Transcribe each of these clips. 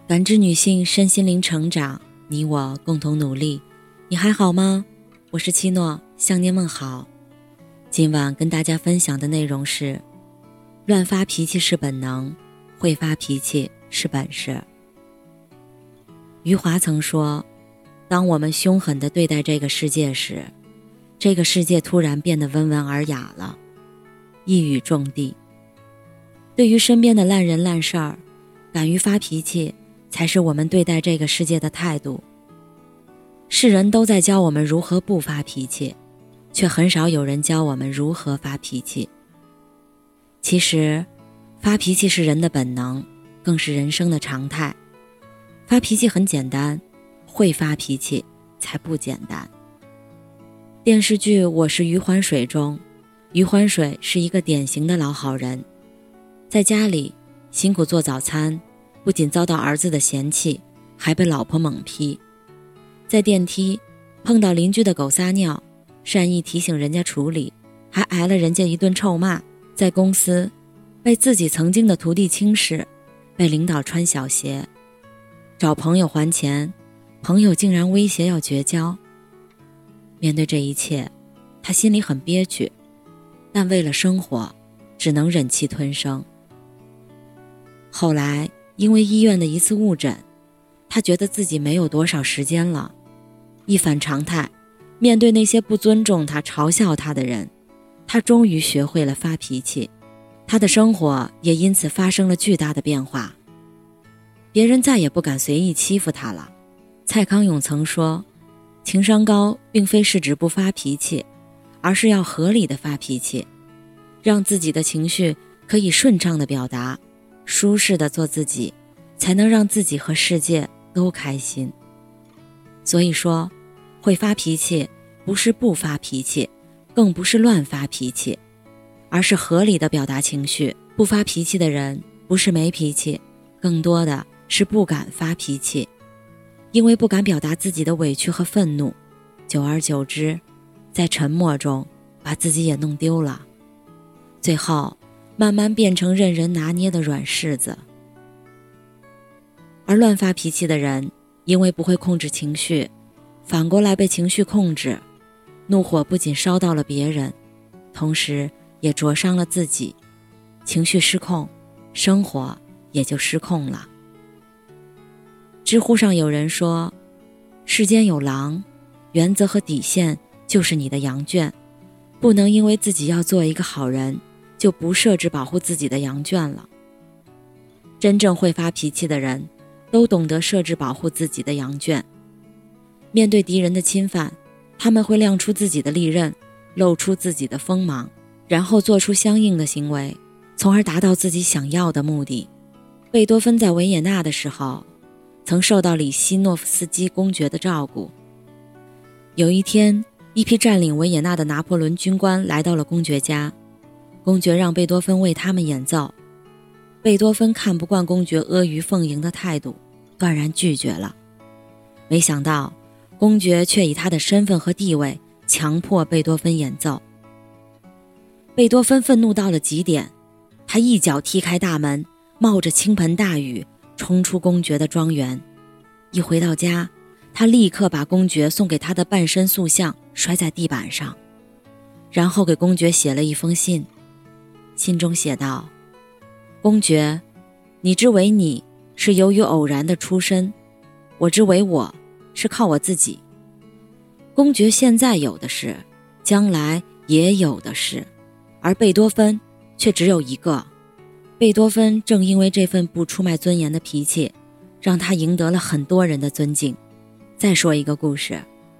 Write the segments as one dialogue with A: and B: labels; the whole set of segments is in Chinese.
A: 感知女性身心灵成长，你我共同努力。你还好吗？我是七诺，向您问好。今晚跟大家分享的内容是：乱发脾气是本能，会发脾气是本事。余华曾说，当我们凶狠地对待这个世界时，这个世界突然变得温文尔雅了，一语中的。对于身边的烂人烂事儿，敢于发脾气才是我们对待这个世界的态度。世人都在教我们如何不发脾气，却很少有人教我们如何发脾气。其实，发脾气是人的本能，更是人生的常态。发脾气很简单，会发脾气才不简单。电视剧《我是余欢水》中，余欢水是一个典型的老好人。在家里辛苦做早餐，不仅遭到儿子的嫌弃，还被老婆猛批。在电梯碰到邻居的狗撒尿，善意提醒人家处理，还挨了人家一顿臭骂。在公司被自己曾经的徒弟轻视，被领导穿小鞋。找朋友还钱，朋友竟然威胁要绝交。面对这一切，他心里很憋屈，但为了生活，只能忍气吞声。后来因为医院的一次误诊，他觉得自己没有多少时间了。一反常态，面对那些不尊重他、嘲笑他的人，他终于学会了发脾气。他的生活也因此发生了巨大的变化。别人再也不敢随意欺负他了。蔡康永曾说，情商高并非是指不发脾气，而是要合理的发脾气，让自己的情绪可以顺畅的表达，舒适的做自己，才能让自己和世界都开心。所以说，会发脾气不是不发脾气，更不是乱发脾气，而是合理的表达情绪。不发脾气的人不是没脾气，更多的是不敢发脾气，因为不敢表达自己的委屈和愤怒，久而久之，在沉默中把自己也弄丢了，最后慢慢变成任人拿捏的软柿子。而乱发脾气的人，因为不会控制情绪，反过来被情绪控制，怒火不仅烧到了别人，同时也灼伤了自己，情绪失控，生活也就失控了。知乎上有人说，世间有狼，原则和底线就是你的羊圈，不能因为自己要做一个好人，就不设置保护自己的羊圈了。真正会发脾气的人，都懂得设置保护自己的羊圈。面对敌人的侵犯，他们会亮出自己的利刃，露出自己的锋芒，然后做出相应的行为，从而达到自己想要的目的。贝多芬在维也纳的时候，曾受到里希诺夫斯基公爵的照顾。有一天，一批占领维也纳的拿破仑军官来到了公爵家，公爵让贝多芬为他们演奏。贝多芬看不惯公爵阿谀奉迎的态度，断然拒绝了。没想到公爵却以他的身份和地位强迫贝多芬演奏。贝多芬愤怒到了极点，他一脚踢开大门，冒着倾盆大雨冲出公爵的庄园。一回到家，他立刻把公爵送给他的半身塑像摔在地板上，然后给公爵写了一封信。信中写道，公爵，你之为你是由于偶然的出身，我之为我是靠我自己。公爵现在有的是，将来也有的是，而贝多芬却只有一个。贝多芬正因为这份不出卖尊严的脾气，让他赢得了很多人的尊敬。再说一个故事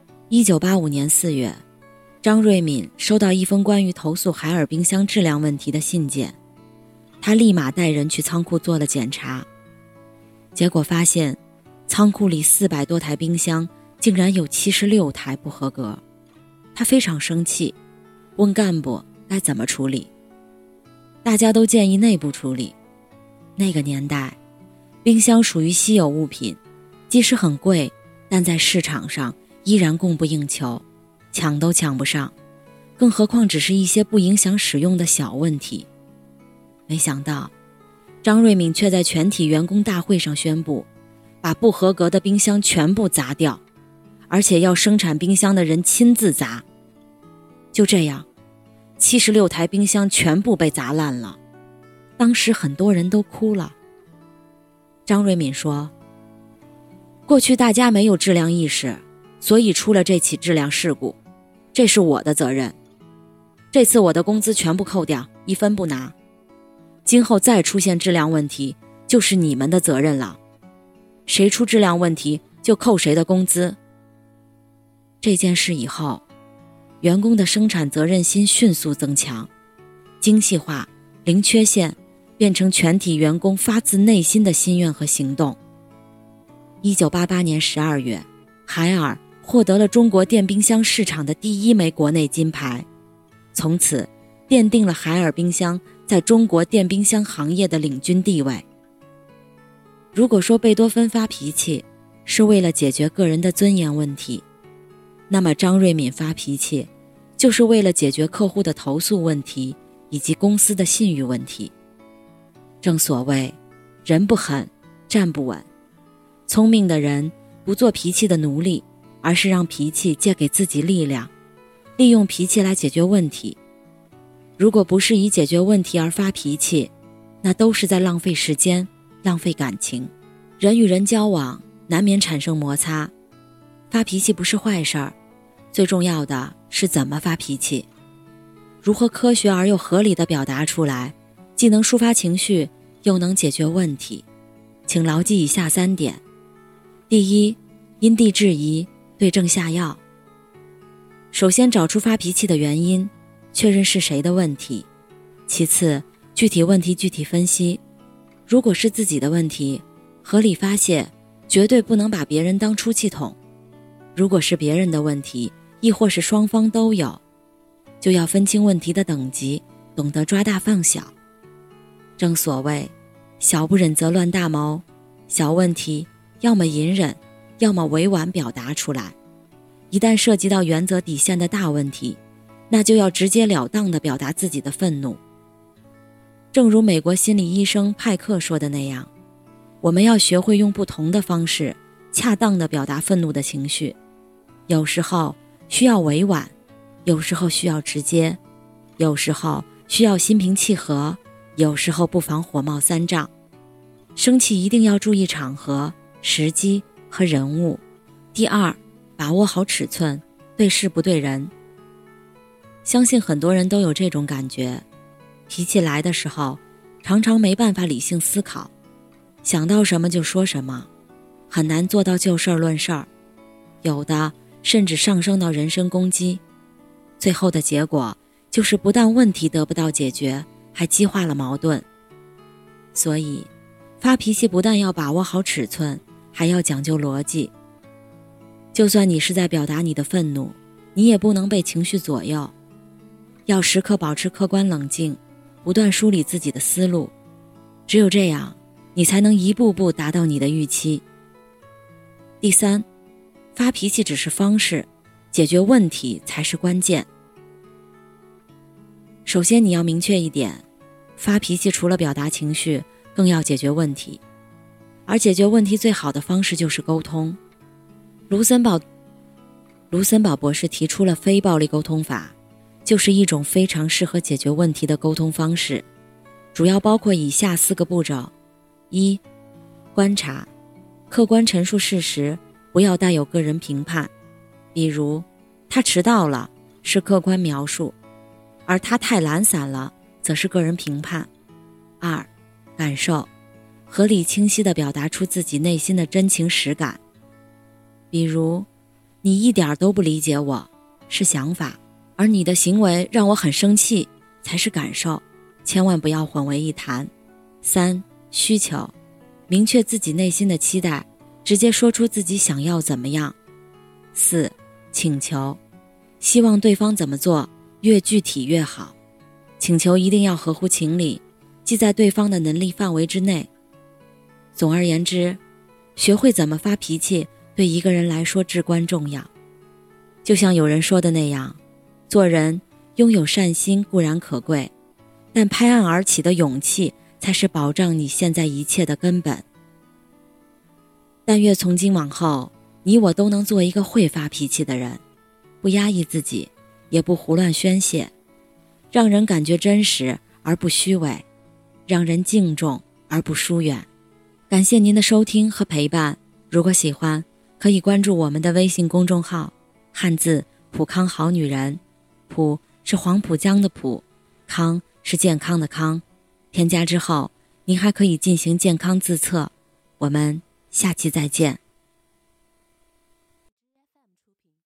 A: ，1985年4月，张瑞敏收到一封关于投诉海尔冰箱质量问题的信件，他立马带人去仓库做了检查，结果发现仓库里400多台冰箱竟然有76台不合格。他非常生气，问干部该怎么处理。大家都建议内部处理。那个年代，冰箱属于稀有物品，即使很贵，但在市场上依然供不应求，抢都抢不上，更何况只是一些不影响使用的小问题。没想到，张瑞敏却在全体员工大会上宣布， 把不合格的冰箱全部砸掉，而且要生产冰箱的人亲自砸。就这样，76台冰箱全部被砸烂了，当时很多人都哭了。张瑞敏说，过去大家没有质量意识，所以出了这起质量事故，这是我的责任。这次我的工资全部扣掉，1分不拿。今后再出现质量问题，就是你们的责任了。谁出质量问题，就扣谁的工资。这件事以后，员工的生产责任心迅速增强，精细化、零缺陷变成全体员工发自内心的心愿和行动。1988年12月，海尔获得了中国电冰箱市场的第1枚国内金牌，从此奠定了海尔冰箱在中国电冰箱行业的领军地位。如果说贝多芬发脾气是为了解决个人的尊严问题，那么张瑞敏发脾气就是为了解决客户的投诉问题以及公司的信誉问题。正所谓人不狠站不稳，聪明的人不做脾气的奴隶，而是让脾气借给自己力量，利用脾气来解决问题。如果不是以解决问题而发脾气，那都是在浪费时间，浪费感情。人与人交往难免产生摩擦，发脾气不是坏事儿，最重要的是怎么发脾气，如何科学而又合理地表达出来，既能抒发情绪，又能解决问题。请牢记以下3点。第一，因地制宜，对症下药。首先找出发脾气的原因，确认是谁的问题。其次，具体问题具体分析。如果是自己的问题，合理发泄，绝对不能把别人当出气筒。如果是别人的问题，亦或是双方都有，就要分清问题的等级，懂得抓大放小。正所谓小不忍则乱大谋，小问题要么隐忍，要么委婉表达出来。一旦涉及到原则底线的大问题，那就要直截了当地表达自己的愤怒。正如美国心理医生派克说的那样，我们要学会用不同的方式恰当地表达愤怒的情绪，有时候需要委婉，有时候需要直接，有时候需要心平气和，有时候不妨火冒三丈。生气一定要注意场合、时机和人物。第二，把握好尺寸，对事不对人。相信很多人都有这种感觉，脾气来的时候，常常没办法理性思考，想到什么就说什么，很难做到就事论事儿，有的甚至上升到人身攻击。最后的结果就是不但问题得不到解决，还激化了矛盾。所以发脾气不但要把握好尺寸，还要讲究逻辑。就算你是在表达你的愤怒，你也不能被情绪左右，要时刻保持客观冷静，不断梳理自己的思路。只有这样，你才能一步步达到你的预期。第三，发脾气只是方式，解决问题才是关键。首先你要明确一点，发脾气除了表达情绪，更要解决问题。而解决问题最好的方式就是沟通。卢森堡博士提出了非暴力沟通法，就是一种非常适合解决问题的沟通方式，主要包括以下4个步骤。1. 观察，客观陈述事实，不要带有个人评判。比如，他迟到了是客观描述，而他太懒散了则是个人评判。2. 感受，合理清晰地表达出自己内心的真情实感。比如，你一点都不理解我，是想法，而你的行为让我很生气，才是感受，千万不要混为一谈。3. 需求，明确自己内心的期待，直接说出自己想要怎么样。4. 请求，希望对方怎么做，越具体越好，请求一定要合乎情理，即在对方的能力范围之内。总而言之，学会怎么发脾气对一个人来说至关重要。就像有人说的那样，做人拥有善心固然可贵，但拍案而起的勇气才是保障你现在一切的根本。 但愿从今往后，你我都能做一个会发脾气的人，不压抑自己，也不胡乱宣泄，让人感觉真实而不虚伪，让人敬重而不疏远。感谢您的收听和陪伴，如果喜欢，可以关注我们的微信公众号汉字普康好女人，普是黄浦江的浦，康是健康的康。添加之后，您还可以进行健康自测。我们下期再见。